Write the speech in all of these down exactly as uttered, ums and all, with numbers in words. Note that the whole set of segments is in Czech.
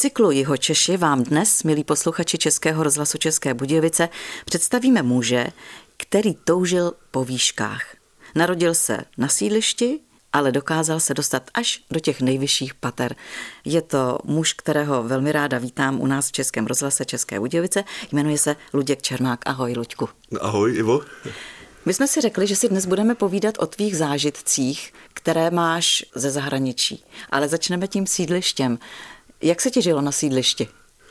cyklu Jihočeši vám dnes, milí posluchači Českého rozhlasu České Budějovice, představíme muže, který toužil po výškách. Narodil se na sídlišti, ale dokázal se dostat až do těch nejvyšších pater. Je to muž, kterého velmi ráda vítám u nás v Českém rozhlase České Budějovice. Jmenuje se Luděk Černák. Ahoj, Luďku. Ahoj, Ivo. My jsme si řekli, že si dnes budeme povídat o tvých zážitcích, které máš ze zahraničí. Ale začneme tím sídlištěm. Jak se ti žilo na sídlišti?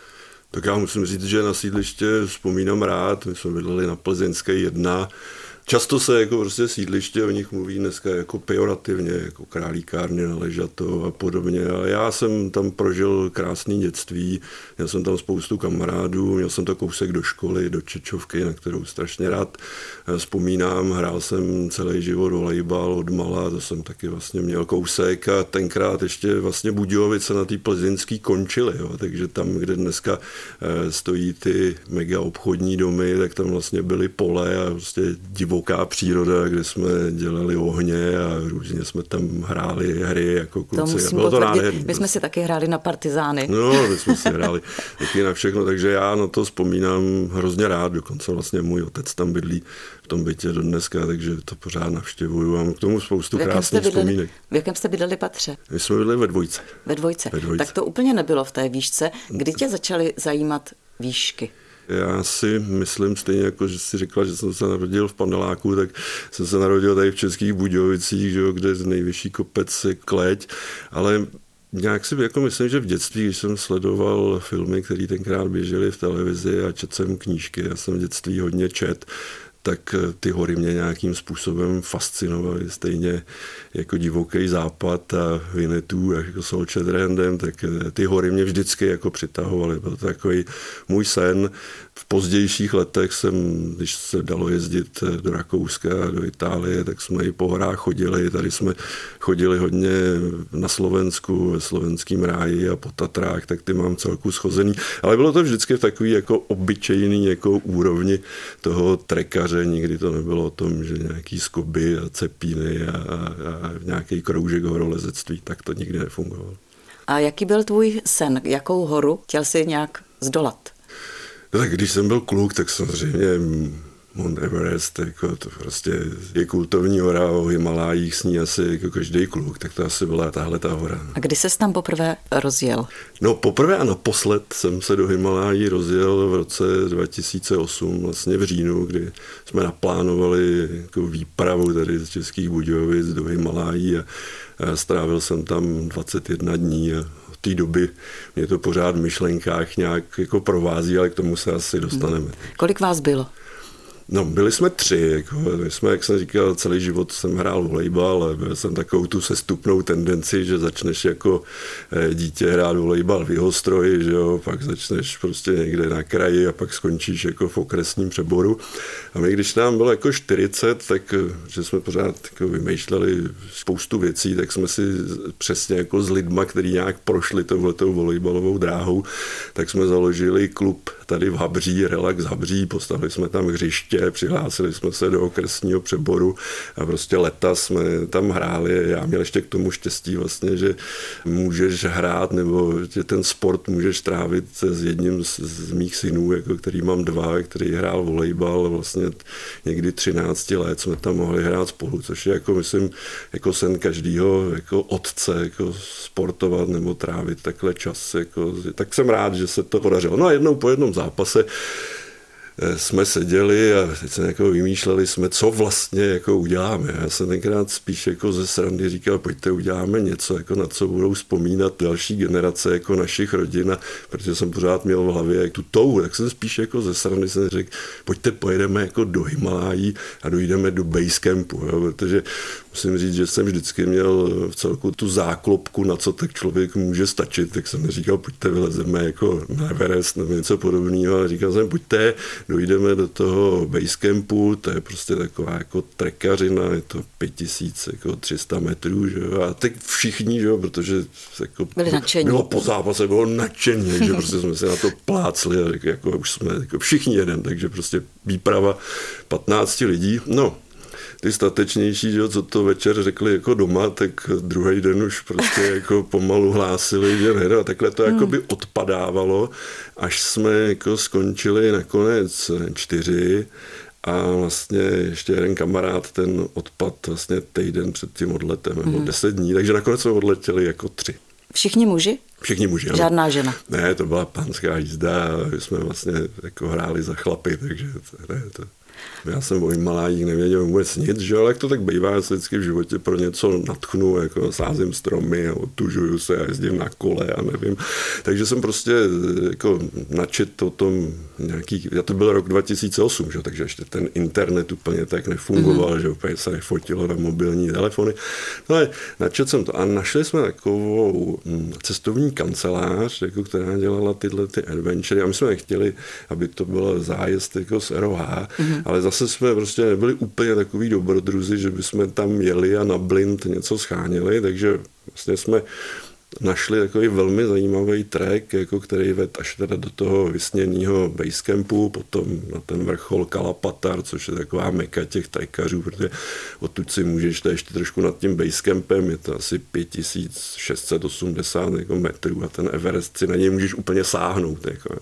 Tak já musím říct, že na sídliště vzpomínám rád. My jsme bydleli na Plzeňské jedna. Často se jako prostě sídliště o nich mluví dneska jako pejorativně, jako králíkárny na Ležato a podobně. Ale já jsem tam prožil krásný dětství, měl jsem tam spoustu kamarádů, měl jsem to kousek do školy, do Čečovky, na kterou strašně rád vzpomínám. Hrál jsem celý život volejbal od mala, to jsem taky vlastně měl kousek a tenkrát ještě vlastně Budějovice na té plzeňský končily, jo. Takže tam, kde dneska stojí ty mega obchodní domy, tak tam vlastně byly pole a prostě divoká příroda, kde jsme dělali ohně a různě jsme tam hráli hry jako kluci. To musím Bylo to potvrdit. My jsme si taky hráli na partizány. No, my jsme si hráli taky na všechno, takže já na to vzpomínám hrozně rád, dokonce vlastně můj otec tam bydlí v tom bytě do dneska, takže to pořád navštěvuju. Mám k tomu spoustu krásných vzpomínek. V jakém jste bydleli patře? My jsme bydleli ve dvojce. Ve dvojce. Ve dvojce. Tak to úplně nebylo v té výšce. Kdy tě začaly zajímat výšky? Já si myslím stejně jako, že jsi řekla, že jsem se narodil v paneláku, tak jsem se narodil tady v Českých Budějovicích, že jo, kde je nejvyšší kopec je Kleť, ale nějak si jako myslím, že v dětství, když jsem sledoval filmy, které tenkrát běžely v televizi a četl jsem knížky, já jsem v dětství hodně čet, tak ty hory mě nějakým způsobem fascinovaly, stejně jako Divoký západ a Winnetou a jako Soul Shatterhandem, tak ty hory mě vždycky jako přitahovaly. Byl to takový můj sen. V pozdějších letech jsem, když se dalo jezdit do Rakouska a do Itálie, tak jsme i po horách chodili. Tady jsme chodili hodně na Slovensku, ve slovenském ráji a po Tatrách, tak ty mám celku schozený. Ale bylo to vždycky v takový jako obyčejný jako úrovni toho trekaře. Nikdy to nebylo o tom, že nějaký skoby a cepíny a, a, a nějaký kroužek horolezectví, tak to nikdy nefungovalo. A jaký byl tvůj sen? Jakou horu chtěl jsi nějak zdolat? No tak když jsem byl kluk, tak samozřejmě Mount Everest, jako to prostě je kultovní hora, o Himalájích sní asi jako každý kluk, tak to asi byla tahle ta hora. A kdy ses tam poprvé rozjel? No poprvé a naposled jsem se do Himalájí rozjel v roce dva tisíce osm, vlastně v říjnu, kdy jsme naplánovali jako výpravu tady z Českých Budějovic do Himalájí a, a strávil jsem tam dvacet jedna dní a od té doby mě to pořád v myšlenkách nějak jako provází, ale k tomu se asi dostaneme. Kolik vás bylo? No, byli jsme tři, jako, my jsme, jak jsem říkal, celý život jsem hrál volejbal, ale byl jsem takovou tu sestupnou tendenci, že začneš jako dítě hrát volejbal v Jihostroji, že jo, pak začneš prostě někde na kraji a pak skončíš jako v okresním přeboru. A my, když nám bylo jako čtyřicet, tak že jsme pořád jako vymýšleli spoustu věcí, tak jsme si přesně jako s lidma, kteří nějak prošli touhletou volejbalovou dráhou, tak jsme založili klub tady v Habří, Relax Habří, postavili jsme tam hřiště, přihlásili jsme se do okresního přeboru a prostě leta jsme tam hráli. Já měl ještě k tomu štěstí vlastně, že můžeš hrát nebo že ten sport můžeš trávit s jedním z, z mých synů, jako který mám dva, který hrál volejbal, vlastně někdy třináct let jsme tam mohli hrát spolu, což je jako myslím jako sen každýho jako otce, jako sportovat nebo trávit takhle čas. Jako, tak jsem rád, že se to podařilo. No a jednou po jednom zápase jsme seděli a teď se jako vymýšleli jsme, co vlastně jako uděláme. Já jsem tenkrát spíš jako ze srandy říkal, pojďte uděláme něco, jako na co budou vzpomínat další generace jako našich rodin, a protože jsem pořád měl v hlavě jak tu touhu, tak jsem spíš jako ze srandy jsem řekl, pojďte pojedeme jako do Himalájí a dojdeme do basecampu, jo, protože musím říct, že jsem vždycky měl v celku tu záklopku, na co tak člověk může stačit, tak jsem neříkal, pojďte vylezeme jako na Everest nebo něco podobného, ale říkal jsem, pojďte, dojdeme do toho basecampu, to je prostě taková jako trekařina, je to pět tisíc tři sta metrů, že jo, a teď všichni, že jo, protože jako bylo po zápase, bylo nadšení, že prostě jsme se na to plácli a jako už jsme jako všichni jeden, takže prostě výprava patnácti lidí, no. ty statečnější, že, co to večer řekli jako doma, tak druhý den už prostě jako pomalu hlásili, že ne, a takhle to jako by odpadávalo, až jsme jako skončili nakonec čtyři. A vlastně ještě jeden kamarád, ten odpad vlastně týden před tím odletem, nebo mm. deset dní, takže nakonec jsme odletěli jako tři. Všichni muži? Všichni muži, ano. Žádná žena? Ne, to byla pánská jízda a my jsme vlastně jako hráli za chlapy, takže to, ne, to... Já jsem o Himalájích nevěděl vůbec nic, že? Ale jak to tak bývá, já se vždycky v životě pro něco natchnu, jako sázím stromy a otužuju se a jezdím na kole a nevím. Takže jsem prostě jako načet o tom nějaký, já to byl rok dva tisíce osm, že? Takže ještě ten internet úplně tak nefungoval, mm-hmm. že úplně se nefotilo na mobilní telefony. No ale načet jsem to a našli jsme takovou cestovní kancelář, jako, která dělala tyhle ty adventury a my jsme nechtěli, aby to byl zájezd jako z R O H, mm-hmm. ale zase jsme prostě nebyli úplně takový dobrodruzi, že bychom tam jeli a na blind něco scháněli, takže vlastně jsme našli takový velmi zajímavý trek, jako který ved až teda do toho vysněného basecampu, potom na ten vrchol Kalapatar, což je taková meka těch trekařů, protože odtud si můžeš, to ještě trošku nad tím basecampem, je to asi pět tisíc šest set osmdesát jako metrů a ten Everest si na něj můžeš úplně sáhnout. Jako.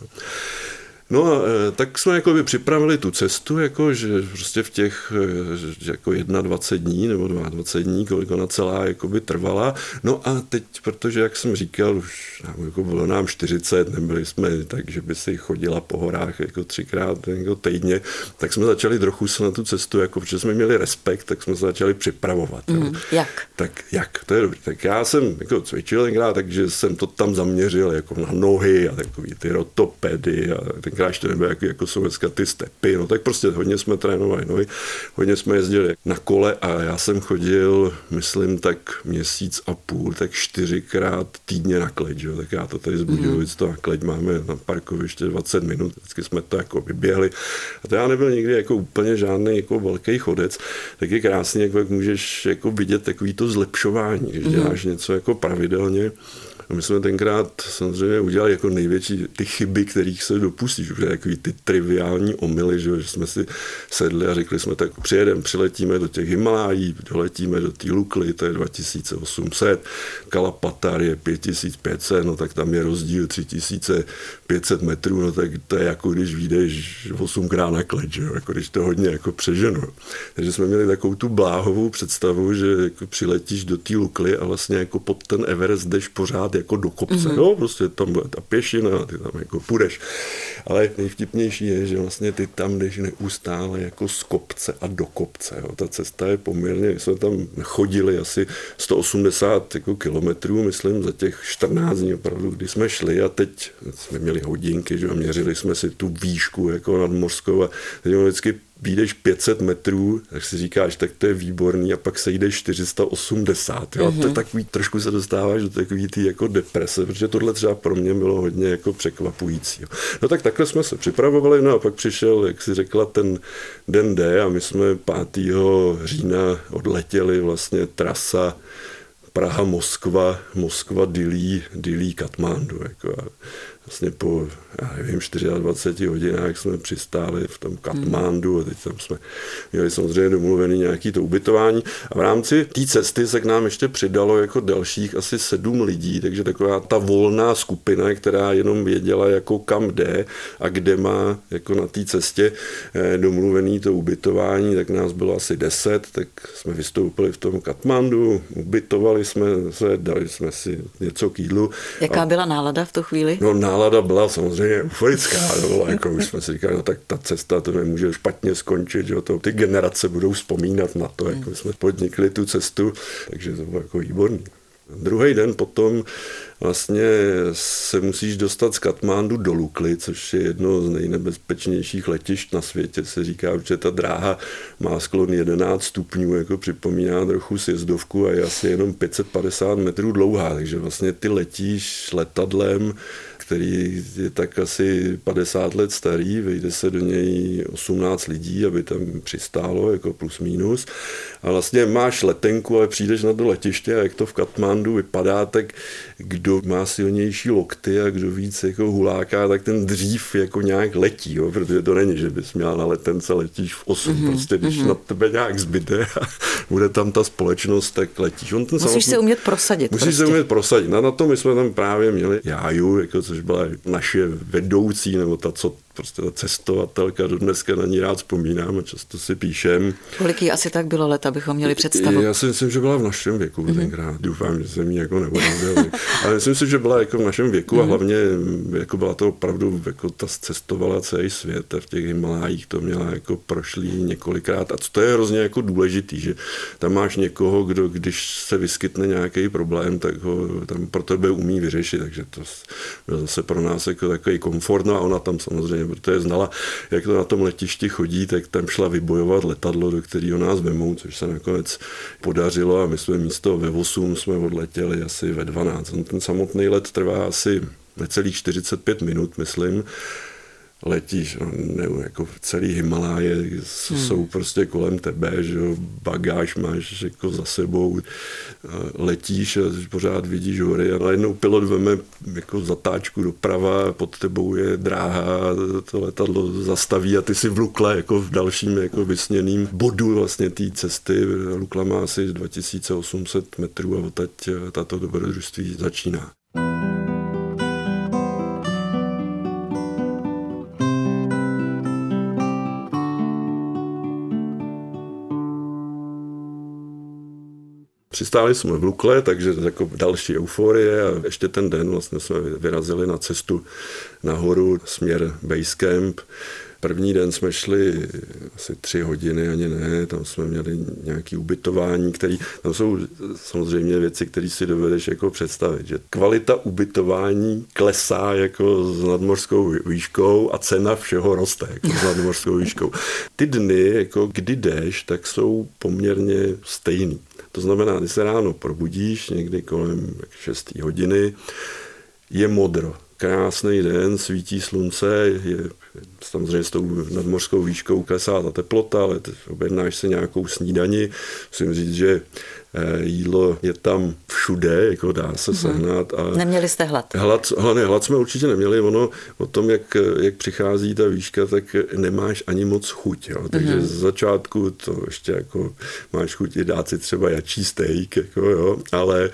No a tak jsme jako by připravili tu cestu, jako, že prostě v těch jako dvacet jedna dní nebo dvacet dva dní, kolik ona celá jako by trvala. No a teď, protože jak jsem říkal, už jako bylo nám čtyřicet, nebyli jsme tak, že by si chodila po horách jako třikrát jako týdně, tak jsme začali trochu se na tu cestu, jako, protože jsme měli respekt, tak jsme se začali připravovat. Mm, jak? Tak jak, to je dobrý. Tak já jsem jako cvičil tenkrát, takže jsem to tam zaměřil jako na nohy a takový ty rotopedy a tenkrát ještě nebyly jako, jako jsou dneska ty stepy, no tak prostě hodně jsme trénovali nohy, hodně jsme jezdili na kole a já jsem chodil, myslím tak měsíc a půl, tak čtyřikrát týdně na kleť, jo? Tak já to tady z Budějovic to na kleť máme na parkoviště dvacet minut, vždycky jsme to jako vyběhli a to já nebyl nikdy jako úplně žádný jako velký chodec, tak je krásný, jako jak můžeš jako vidět takový to zlepšování, když děláš něco jako pravidelně. A my jsme tenkrát samozřejmě udělali jako největší ty chyby, kterých se dopustíš, protože takový ty triviální omyly, že, že jsme si sedli a řekli jsme, tak přijedeme, přiletíme do těch Himalájí, doletíme do té Lukly, to je dva tisíce osm set, Kalapatar je pět tisíc pět set, no tak tam je rozdíl tři tisíce pět set metrů, no tak to je jako když vyjdeš osmkrát na kleť, že, jako když to hodně jako přeženu. Takže jsme měli takovou tu bláhovou představu, že jako přiletíš do té Lukly a vlastně jako pod ten Everest jdeš pořád jako do kopce, mm-hmm. jo, prostě tam bude ta pěšina a ty tam jako půjdeš. Ale nejvtipnější je, že vlastně ty tam jdeš neustále jako z kopce a do kopce, jo. Ta cesta je poměrně, my jsme tam chodili asi sto osmdesát jako kilometrů, myslím, za těch čtrnáct dní opravdu, kdy jsme šli a teď jsme měli hodinky, že, a měřili jsme si tu výšku jako nadmořskou a teď vždycky vyjdeš pět set metrů, tak si říkáš, tak to je výborný a pak se jdeš čtyři sta osmdesát. Jo? Mm-hmm. To je takový, trošku se dostáváš do takový tý jako deprese, protože tohle třeba pro mě bylo hodně jako překvapující. Jo? No tak takhle jsme se připravovali, no a pak přišel, jak si řekla, ten den D a my jsme pátého října odletěli vlastně trasa Praha-Moskva, Moskva-Dillí, Dillí-Katmandu. Jako a vlastně po, já nevím, dvacet čtyři hodinách jsme přistáli v tom Katmandu a teď tam jsme měli samozřejmě domluvený nějaký to ubytování a v rámci té cesty se k nám ještě přidalo jako dalších asi sedm lidí, takže taková ta volná skupina, která jenom věděla, jako kam jde a kde má jako na té cestě domluvený to ubytování, tak nás bylo asi deset, tak jsme vystoupili v tom Katmandu, ubytovali jsme se, dali jsme si něco k jídlu. Jaká a, byla nálada v tu chvíli? No nálada byla samozřejmě euforická, no, jako už jsme si říkali, no tak ta cesta to nemůže špatně skončit, že to ty generace budou vzpomínat na to, jak jsme podnikli tu cestu, takže to bylo jako výborný. Druhý den potom vlastně se musíš dostat z Katmandu do Lukly, což je jedno z nejnebezpečnějších letišť na světě. Se říká, že ta dráha má sklon jedenáct stupňů, jako připomíná trochu sjezdovku a je asi jenom pět set padesát metrů dlouhá, takže vlastně ty letíš letadlem, který je tak asi padesát let starý, vejde se do něj osmnáct lidí, aby tam přistálo, jako plus minus. A vlastně máš letenku, ale přijdeš na to letiště a jak to v Katmandu vypadá, tak kdo má silnější lokty a kdo víc jako huláká, tak ten dřív jako nějak letí, jo? Protože to není, že bys měla na letence letíš v osm, mm-hmm. prostě když mm-hmm. na tebe nějak zbyde a bude tam ta společnost, tak letíš. On ten musíš samotný, se umět prosadit. Musíš prostě. se umět prosadit. Na, na to my jsme tam právě měli Jáju, jako, což byla naše vedoucí, nebo ta, co prostě ta cestovatelka, do dneska na ní rád vzpomínám a často si píšem. Kolik jí asi tak bylo let, abychom měli představu? Já si myslím, že byla v našem věku mm-hmm. tenkrát. Doufám, že jsem jí jako neodrazil. Ale myslím si, že byla jako v našem věku mm-hmm. a hlavně jako byla to opravdu, jako ta cestovala celý svět a v těch Himalájích to měla jako prošlý několikrát. A to je hrozně jako důležitý, že tam máš někoho, kdo když se vyskytne nějaký problém, tak ho tam pro tebe umí vyřešit. Takže to byl zase pro nás jako takový komfort. No a ona tam samozřejmě, protože znala, jak to na tom letišti chodí, tak tam šla vybojovat letadlo, do kterého nás vemou, což se nakonec podařilo a my jsme místo ve osm jsme odletěli asi ve dvanáct. Ten samotný let trvá asi necelých čtyřicet pět minut, myslím. Letíš, ne, jako celý Himaláje hmm. jsou prostě kolem tebe, že jo, bagáž máš jako za sebou, letíš a pořád vidíš hory a najednou pilot veme jako zatáčku doprava, pod tebou je dráha, to letadlo zastaví a ty si v Lukle jako v dalším jako vysněným bodu vlastně té cesty. Lukla má asi dva tisíce osm set metrů a odtaď tato dobrodružství začíná. Přistáli jsme v Lukle, takže jako další euforie a ještě ten den vlastně jsme vyrazili na cestu nahoru směr Basecamp. První den jsme šli asi tři hodiny, ani ne, tam jsme měli nějaké ubytování, které, tam jsou samozřejmě věci, které si dovedeš jako představit, že kvalita ubytování klesá jako s nadmořskou výškou a cena všeho roste jako s nadmořskou výškou. Ty dny, jako kdy jdeš, tak jsou poměrně stejný. To znamená, když se ráno probudíš, někdy kolem šesté hodiny, je modro. Krásný den, svítí slunce, je samozřejmě s tou nadmořskou výškou klesá ta teplota, ale objednáš si nějakou snídani. Musím říct, že jídlo je tam všude, jako dá se sehnat. A neměli jste hlad? Hlad, hlad, hlad jsme určitě neměli. Ono o tom, jak, jak přichází ta výška, tak nemáš ani moc chuť. Jo. Takže mm-hmm. z začátku to ještě jako máš chuť i dát si třeba jačí steak, jako, jo. Ale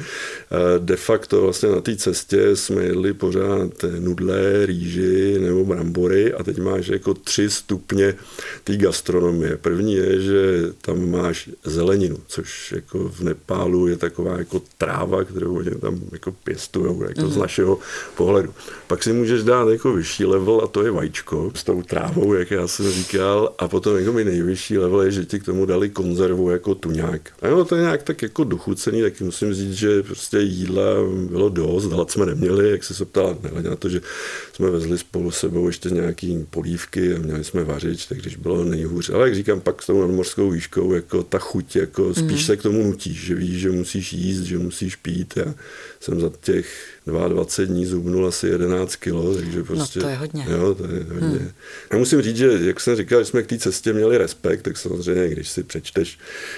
de facto vlastně na té cestě jsme jedli pořád nudle, rýži nebo brambory a teď máš jako tři stupně té gastronomie. První je, že tam máš zeleninu, což jako v Nepálu je taková jako tráva, kterou oni tam jako pěstujou jako mm. z našeho pohledu. Pak si můžeš dát jako vyšší level a to je vajíčko s tou trávou, jak já jsem říkal, a potom jako mi nejvyšší level je, že ti k tomu dali konzervu jako tuňák. A jo, to je nějak tak jako dochucený, tak musím říct, že prostě jídla bylo dost, hlad jsme neměli, jak se ptala, nehledě na to, že jsme vezli spolu sebou ještě nějaký polívky a měli jsme vařič, tak když bylo nejhůř. Ale jak říkám, pak s tou nadmořskou výškou, jako ta chuť, jako spíš mm. se k tomu nutíš, že víš, že musíš jíst, že musíš pít. Já jsem za těch dvacet dva dní zhubnul asi jedenáct kilo, takže prostě... No to je hodně. Jo, to je hodně. Hmm. Já musím říct, že jak jsem říkal, že jsme k té cestě měli respekt, tak samozřejmě, když si přečteš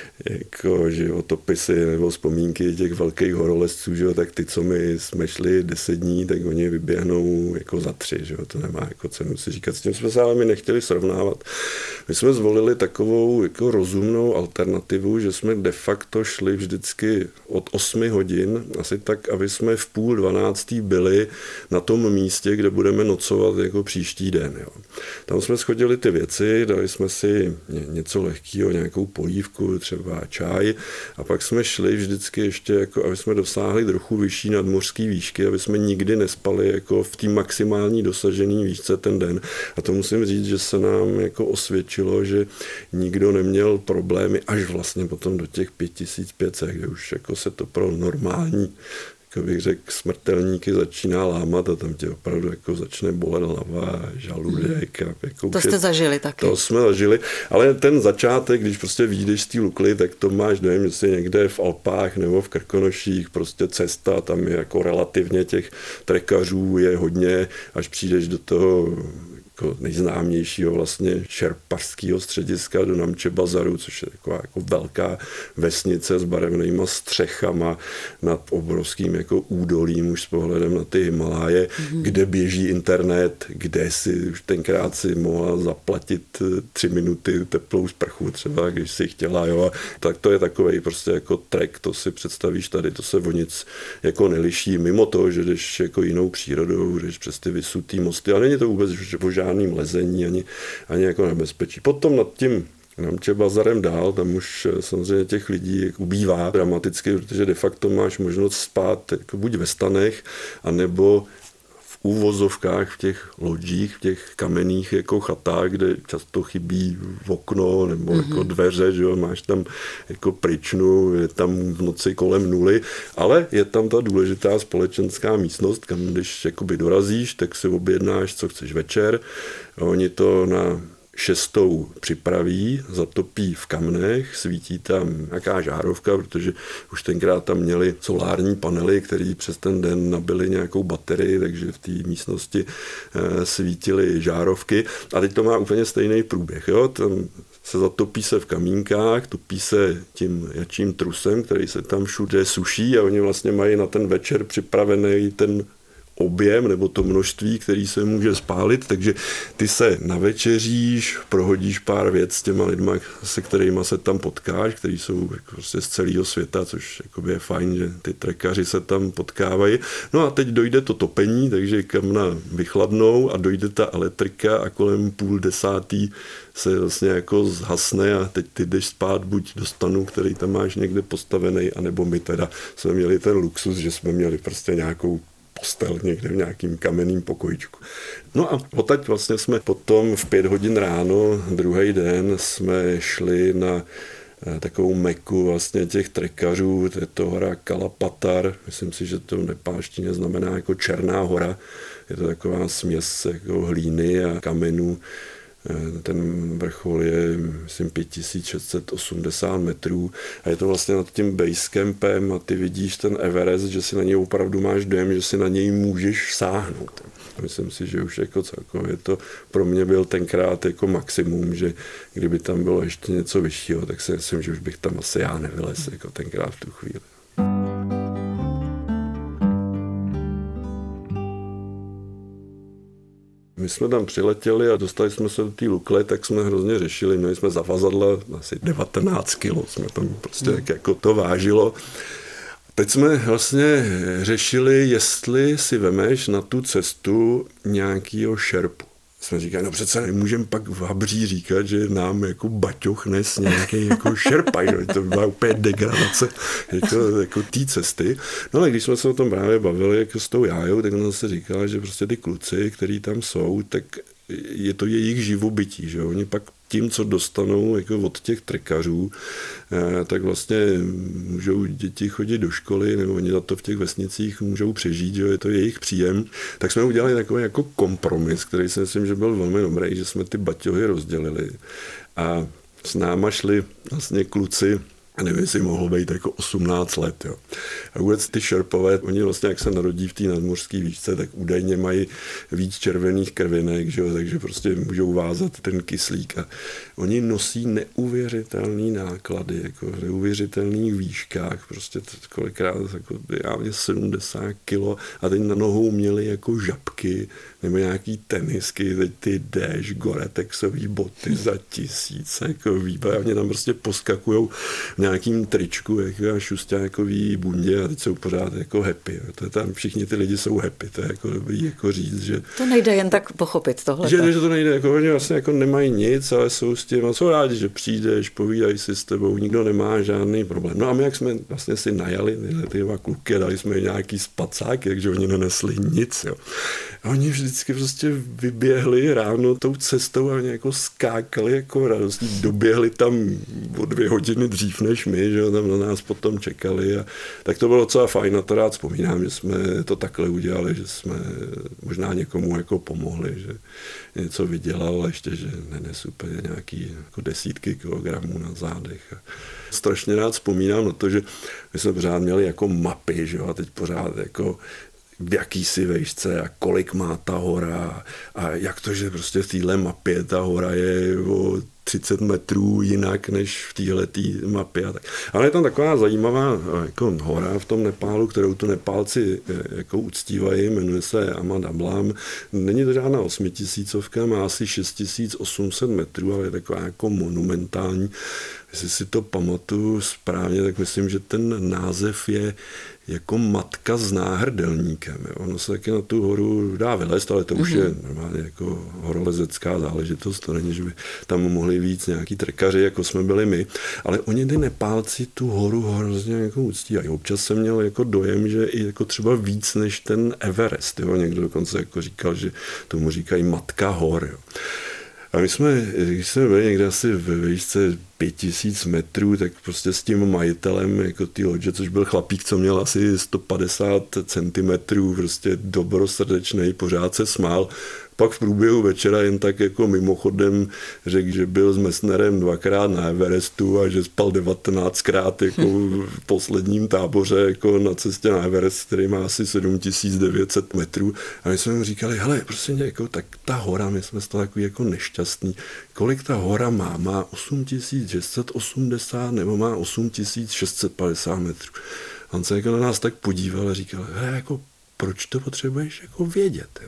jako životopisy nebo vzpomínky těch velkých horolezců, že jo, tak ty, co my jsme šli deset dní, tak oni vyběhnou jako za tři, že jo, to nemá jako cenu si říkat. S tím jsme se ale my nechtěli srovnávat. My jsme zvolili takovou jako rozumnou alternativu, že jsme de facto šli vždycky od osmi hodin, asi tak, aby jsme v půl dvanáctý byli na tom místě, kde budeme nocovat jako příští den. Jo. Tam jsme schodili ty věci, dali jsme si něco lehkého, nějakou polívku, třeba čaj a pak jsme šli vždycky ještě, jako, aby jsme dosáhli trochu vyšší nadmořský výšky, aby jsme nikdy nespali jako v té maximální dosažené výšce ten den. A to musím říct, že se nám jako osvědčilo, že nikdo neměl problémy až vlastně potom do těch pět tisíc pět set, kde už jako se to pro normální jako bych řekl, smrtelníky začíná lámat a tam tě opravdu jako začne bolet hlava, žaludek. A jako to jste zažili taky. To jsme zažili, ale ten začátek, když prostě vyjdeš z té Lukly, tak to máš dojem, že jsi někde v Alpách nebo v Krkonoších, prostě cesta, tam je jako relativně těch trekařů je hodně, až přijdeš do toho jako nejznámějšího vlastně šerpařského střediska do Namče Bazaru, což je taková jako velká vesnice s barevnýma střechama nad obrovským jako údolím už s pohledem na ty Himaláje, mm-hmm. kde běží internet, kde si už tenkrát si mohla zaplatit tři minuty teplou sprchu třeba, když si chtěla, jo. Tak to je takovej prostě jako trek, to si představíš tady, to se o nic jako neliší, mimo to, že jdeš jako jinou přírodou, jdeš přes ty vysutý mosty a není to vůbec o žádným lezení ani, ani jako nebezpečí. Potom nad tím Namče Bazarem dál, tam už samozřejmě těch lidí ubývá dramaticky, protože de facto máš možnost spát jako buď ve stanech, anebo v úvozovkách v těch lodžích, v těch kamenných jako chatách, kde často chybí okno nebo mm-hmm. jako dveře, že jo, máš tam jako pryčnu, je tam v noci kolem nuly, ale je tam ta důležitá společenská místnost, kam když jakoby dorazíš, tak si objednáš, co chceš večer. Oni to na šestou připraví, zatopí v kamnech, svítí tam nějaká žárovka, protože už tenkrát tam měli solární panely, které přes ten den nabily nějakou baterii, takže v té místnosti svítily žárovky. A teď to má úplně stejný průběh. Jo? Tam se zatopí se v kamínkách, topí se tím jačím trusem, který se tam všude suší a oni vlastně mají na ten večer připravený ten objem nebo to množství, který se může spálit, takže ty se navečeříš, prohodíš pár věc s těma lidma, se kterýma se tam potkáš, který jsou jako prostě z celého světa, což je fajn, že ty trekaři se tam potkávají. No a teď dojde to topení, takže kamna vychladnou a dojde ta elektrika a kolem půl desátý se vlastně jako zhasne a teď ty jdeš spát buď do stanu, který tam máš někde postavený, anebo my teda jsme měli ten luxus, že jsme měli prostě nějakou postel někde v nějakým kamenným pokojičku. No a odtaď vlastně jsme potom v pět hodin ráno, druhý den jsme šli na takovou meku vlastně těch trekařů, to je to hora Kalapatar, myslím si, že to v nepálštině znamená jako Černá hora, je to taková směs jako hlíny a kamenů. Ten vrchol je, myslím, pět tisíc šest set osmdesát metrů a je to vlastně nad tím basecampem a ty vidíš ten Everest, že si na něj opravdu máš dojem, že si na něj můžeš sáhnout. Myslím si, že už jako celkově to pro mě byl tenkrát jako maximum, že kdyby tam bylo ještě něco vyššího, tak si myslím, že už bych tam asi já nevylez jako tenkrát v tu chvíli. My jsme tam přiletěli a dostali jsme se do té Lukle, tak jsme hrozně řešili. Měli jsme zavazadla asi devatenáct kilo, jsme tam prostě hmm. jako to vážilo. Teď jsme vlastně řešili, jestli si vemeš na tu cestu nějakýho šerpu. Jsme říkali, no přece nemůžeme pak v Habří říkat, že nám jako baťoch nes nějaký jako šerpa, no, to byla úplně degradace jako, jako té cesty. No ale když jsme se o tom právě bavili jako s tou Jájou, tak on zase říkal, že prostě ty kluci, který tam jsou, tak je to jejich živobytí, že oni pak tím, co dostanou jako od těch trekařů, tak vlastně můžou děti chodit do školy, nebo oni za to v těch vesnicích můžou přežít, že je to jejich příjem. Tak jsme udělali takový jako kompromis, který si myslím, že byl velmi dobrý, že jsme ty baťohy rozdělili. A s náma šli vlastně kluci, a nevím, jestli mohlo být jako osmnáct let. Jo. A vůbec ty šerpové, oni vlastně, jak se narodí v té nadmořské výšce, tak údajně mají víc červených krvinek, že jo, takže prostě můžou vázat ten kyslík. A oni nosí neuvěřitelný náklady, jako v neuvěřitelných výškách, prostě kolikrát jako sedmdesát kilo a teď na nohou měli jako žabky nebo nějaký tenisky, teď ty déš, Gore-Texový boty za tisíce, jako výbavy, oni tam prostě poskakujou v nějakým tričku, jako a šustákový bundě a teď jsou pořád jako happy. To je tam, všichni ty lidi jsou happy, to je jako dobrý jako říct, že... To nejde jen tak pochopit tohle. Že, že to nejde, jako oni vlastně jako nemají nic, ale jsou s tím, a jsou rádi, že přijdeš, povídají si s tebou, nikdo nemá žádný problém. No a my jak jsme vlastně si najali tyhle ty dva kluky, dali jsme jim nějaký spacáky, takže oni nenesli nic, jo. A oni vždycky prostě vyběhli ráno tou cestou a oni jako skákali jako radostí, doběhli tam o dvě hodiny dřív než než my, že tam na nás potom čekali. A tak to bylo docela fajn, na to rád vzpomínám, že jsme to takhle udělali, že jsme možná někomu jako pomohli, že něco vydělal a ještě, že nenes úplně nějaký jako desítky kilogramů na zádech. A strašně rád vzpomínám na to, že my jsme pořád měli jako mapy, že jo, a teď pořád jako v jakýsi vejšce a kolik má ta hora a jak to, že prostě v téhle mapě ta hora je o třicet metrů jinak než v téhletý mapě. A tak. Ale je tam taková zajímavá jako hora v tom Nepálu, kterou tu Nepálci jako uctívají, jmenuje se Ama Dablam. Není to žádná osmitisícovka, má asi šest tisíc osm set metrů, ale je taková jako monumentální. Jestli si to pamatuju správně, tak myslím, že ten název je jako matka s náhrdelníkem. Jo. Ono se taky na tu horu dá vylézt, ale to už je normálně jako horolezecká záležitost. To není, že by tam mohli víc nějaký trkaři, jako jsme byli my. Ale oni ty Nepálci tu horu hrozně jako uctívají. Občas jsem měl jako dojem, že i jako třeba víc než ten Everest. Jo. Někdo dokonce jako říkal, že tomu říkají matka hor. Jo. A my jsme, když jsme byli někde asi ve výšce pět tisíc metrů, tak prostě s tím majitelem jako ty lodže, což byl chlapík, co měl asi sto padesát centimetrů, prostě dobrosrdečnej, pořád se smál. Pak v průběhu večera jen tak jako mimochodem řekl, že byl s Messnerem dvakrát na Everestu a že spal devatenáctkrát jako v posledním táboře jako na cestě na Everest, který má asi sedm tisíc devět set metrů. A my jsme mu říkali, hele, prostě jako, tak ta hora, my jsme z toho takový jako nešťastný. Kolik ta hora má? Má osm tisíc šest set osmdesát nebo má osm tisíc šest set padesát metrů. A on se jako na nás tak podíval a říkal, hele, jako, proč to potřebuješ jako vědět? Jo?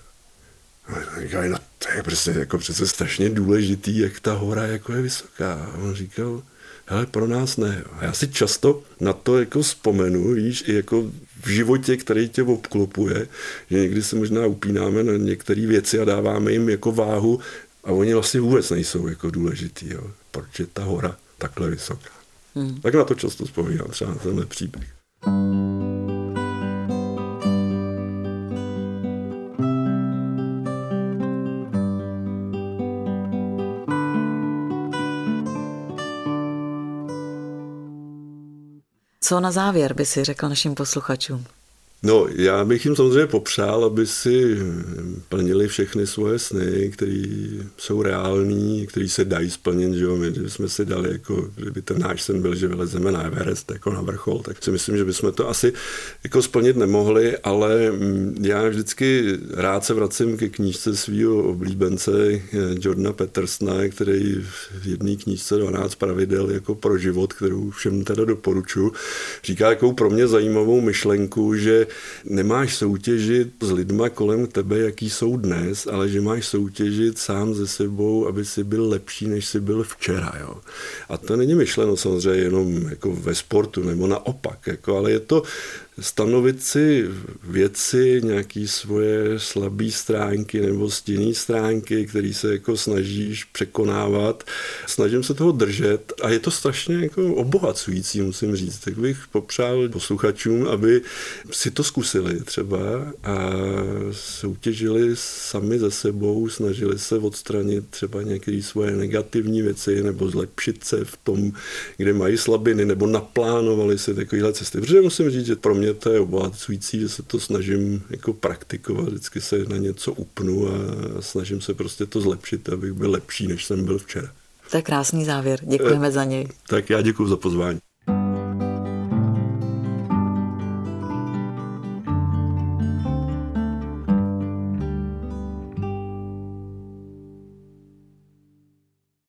A říkali, no to je prostě jako přece strašně důležitý, jak ta hora jako je vysoká. A on říkal, hele, pro nás ne. A já si často na to jako vzpomenu, víš, i jako v životě, který tě obklopuje, že někdy se možná upínáme na některé věci a dáváme jim jako váhu a oni vlastně vůbec nejsou jako důležitý, jo. Proč je ta hora takhle vysoká. Hmm. Tak na to často vzpomínám, třeba na tenhle příběh. Co na závěr by si řekl našim posluchačům? No, já bych jim samozřejmě popřál, aby si plnili všechny svoje sny, které jsou reální, které se dají splnit, že jo, my jsme si dali, jako, kdyby ten náš sen byl, že vylezeme na Everest, jako na vrchol, tak si myslím, že bychom to asi jako splnit nemohli, ale já vždycky rád se vracím ke knížce svého oblíbence Jordana Petersona, který v jedné knížce dvanáct pravidel jako pro život, kterou všem teda doporučuji, říká takovou pro mě zajímavou myšlenku, že nemáš soutěžit s lidma kolem tebe, jaký jsou dnes, ale že máš soutěžit sám se sebou, aby si byl lepší, než jsi byl včera. Jo. A to není myšleno samozřejmě jenom jako ve sportu nebo naopak, jako, ale je to stanovit si věci, nějaké svoje slabé stránky nebo stinné stránky, které se jako snažíš překonávat. Snažím se toho držet a je to strašně jako obohacující, musím říct. Tak bych popřál posluchačům, aby si to zkusili třeba a soutěžili sami ze sebou, snažili se odstranit třeba některé svoje negativní věci nebo zlepšit se v tom, kde mají slabiny, nebo naplánovali si takovéhle cesty. Protože musím říct, že pro mě to je obohacující, že se to snažím jako praktikovat, vždycky se na něco upnu a snažím se prostě to zlepšit, abych byl lepší, než jsem byl včera. To je krásný závěr, děkujeme za něj. Tak já děkuji za pozvání.